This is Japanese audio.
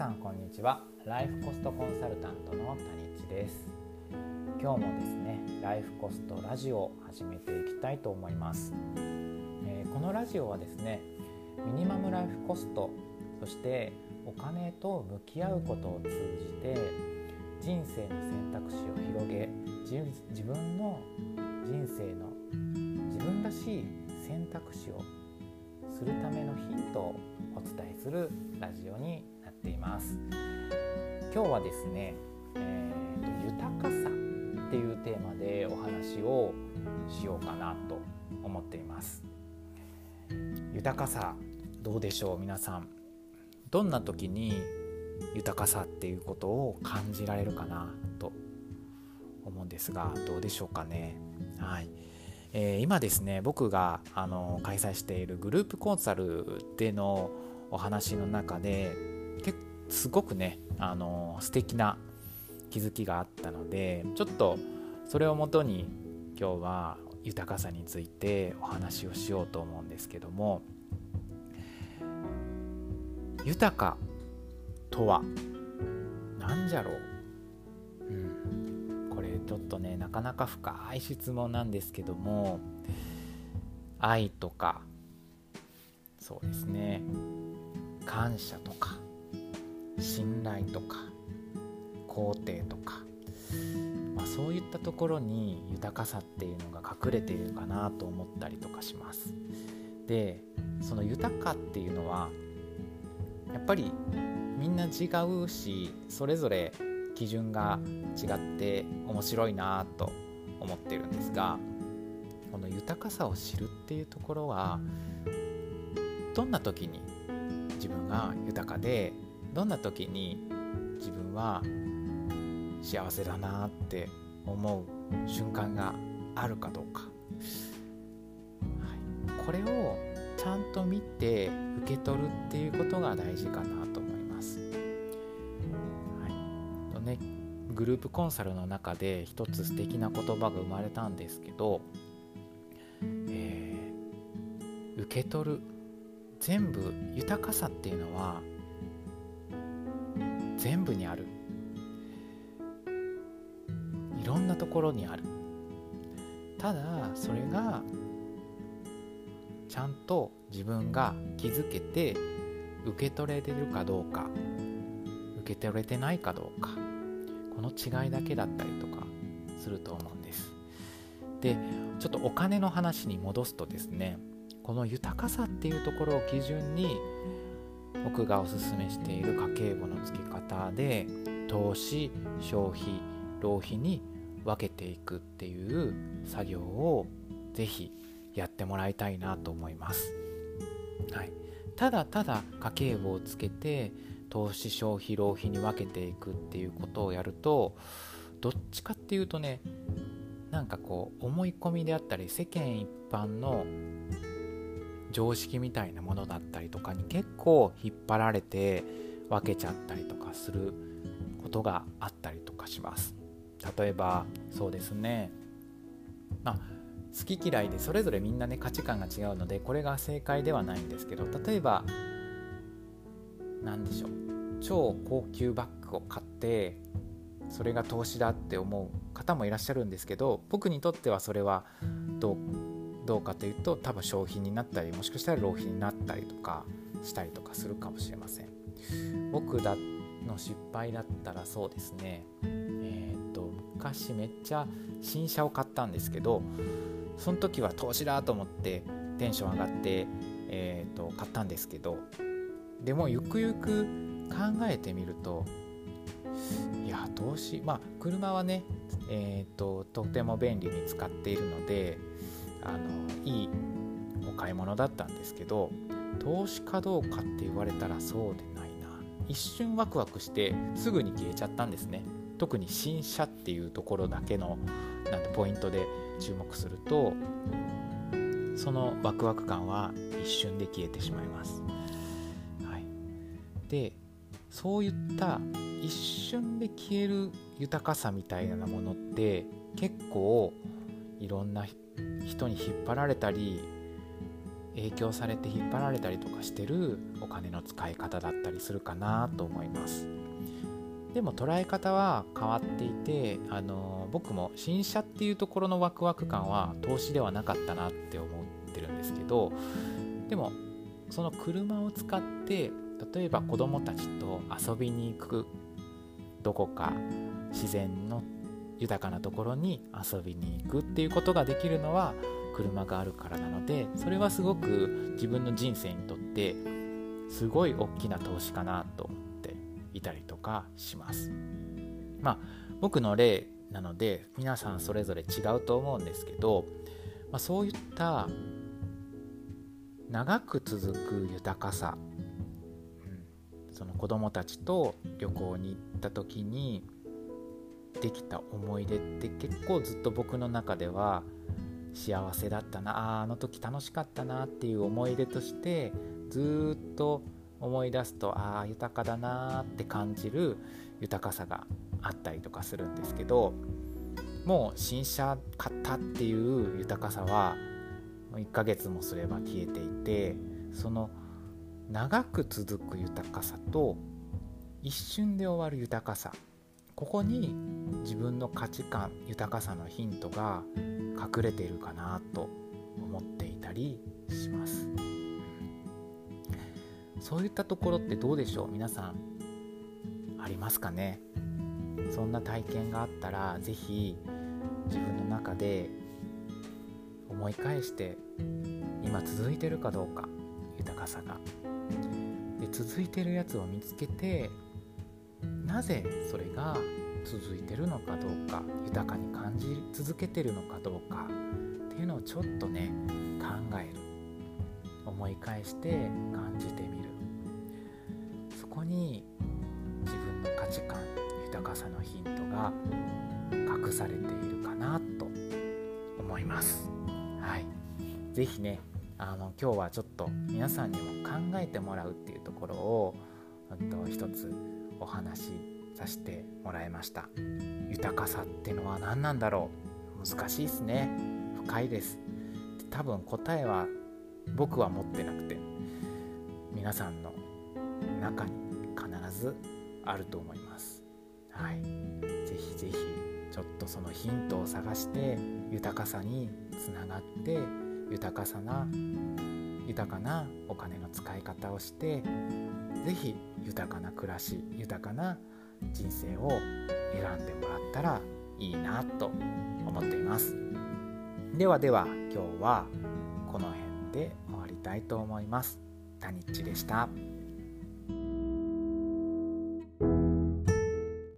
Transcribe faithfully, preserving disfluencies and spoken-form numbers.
さんこんにちは。ライフコストコンサルタントの谷地です。今日もですねライフコストラジオを始めていきたいと思います。えー、このラジオはですねミニマムライフコスト、そしてお金と向き合うことを通じて人生の選択肢を広げ、自分の人生の自分らしい選択肢をするためのヒントをお伝えするラジオになっています。今日はですね、えーと、豊かさっていうテーマでお話をしようかなと思っています。豊かさどうでしょう皆さん。どんな時に豊かさっていうことを感じられるかなと思うんですが、どうでしょうかね。はい。えー、今ですね僕があの開催しているグループコンサルでのお話の中で結すごくねあの素敵な気づきがあったので、ちょっとそれをもとに今日は豊かさについてお話をしようと思うんですけども、豊かとは何じゃろう。うんこれちょっとねなかなか深い質問なんですけども、愛とかそうですね感謝とか信頼とか肯定とか、まあ、そういったところに豊かさっていうのが隠れているかなと思ったりとかします。でその豊かっていうのはやっぱりみんな違うし、それぞれ基準が違って面白いなと思ってるんですが、この豊かさを知るっていうところはどんな時に自分が豊かで、どんな時に自分は幸せだなって思う瞬間があるかどうか、はい、これをちゃんと見て受け取るっていうことが大事かなと思います。はいとね、グループコンサルの中で一つ素敵な言葉が生まれたんですけど、えー、受け取る、全部豊かさっていうのは全部にある、いろんなところにある。ただそれがちゃんと自分が気づけて受け取れてるかどうか、受け取れてないかどうか、この違いだけだったりとかすると思うんです。でちょっとお金の話に戻すとですね、この豊かさっていうところを基準に僕がおすすめしている家計簿の付け方で投資、消費、浪費に分けていくっていう作業をぜひやってもらいたいなと思います。はい、ただただ家計簿をつけて投資、消費、浪費に分けていくっていうことをやると、どっちかっていうとね、なんかこう思い込みであったり世間一般の常識みたいなものだったりとかに結構引っ張られて分けちゃったりとかすることがあったりとかします。例えばそうですね、まあ好き嫌いでそれぞれみんなね価値観が違うのでこれが正解ではないんですけど、例えば何でしょう、超高級バッグを買ってそれが投資だって思う方もいらっしゃるんですけど、僕にとってはそれはどうどうかというと多分消費になったり、もしかしたら浪費になったりとかしたりとかするかもしれません。僕だの失敗だったらそうですね、えー、っと昔めっちゃ新車を買ったんですけど、その時は投資だと思ってテンション上がって、えー、っと買ったんですけど、でもゆくゆく考えてみると、いや投資、まあ車はね、えー、っととても便利に使っているのであのいいお買い物だったんですけど、投資かどうかって言われたらそうでないな。一瞬ワクワクしてすぐに消えちゃったんですね。特に新車っていうところだけのなんてポイントで注目すると、そのワクワク感は一瞬で消えてしまいます。はい、でそういった一瞬で消える豊かさみたいなものって結構いろんな人に引っ張られたり、 影響されて引っ張られたりとかしてるお金の使い方だったりするかなと思います。でも捉え方は変わっていて、あの僕も新車っていうところのワクワク感は投資ではなかったなって思ってるんですけど、でもその車を使って例えば子どもたちと遊びに行く、どこか自然の豊かなところに遊びに行くっていうことができるのは車があるからなので、それはすごく自分の人生にとってすごい大きな投資かなと思っていたりとかします。まあ僕の例なので皆さんそれぞれ違うと思うんですけど、まあ、そういった長く続く豊かさ、うん、その子供たちと旅行に行った時にできた思い出って結構ずっと僕の中では幸せだったな、あ, あの時楽しかったなっていう思い出としてずっと思い出すと、ああ豊かだなって感じる豊かさがあったりとかするんですけど、もう新車買ったっていう豊かさはいっかげつもすれば消えていて、その長く続く豊かさと一瞬で終わる豊かさ、ここに自分の価値観、豊かさのヒントが隠れているかなと思っていたりします。そういったところってどうでしょう、皆さんありますかね。そんな体験があったらぜひ自分の中で思い返して今続いてるかどうか、豊かさがで続いてるやつを見つけて、なぜそれが続いてるのかどうか、豊かに感じ続けてるのかどうかっていうのをちょっとね考える、思い返して感じてみる。そこに自分の価値観、豊かさのヒントが隠されているかなと思います。はい、ぜひねあの今日はちょっと皆さんにも考えてもらうっていうところをと一つお話しさせてもらいました。豊かさってのは何なんだろう、難しいですね、深いです。多分答えは僕は持ってなくて皆さんの中に必ずあると思います。はい、ぜひぜひちょっとそのヒントを探して豊かさにつながって豊かさな豊かなお金の使い方をして、ぜひ豊かな暮らし、豊かな人生を選んでもらったらいいなと思っています。ではでは今日はこの辺で終わりたいと思います。タニッチでした。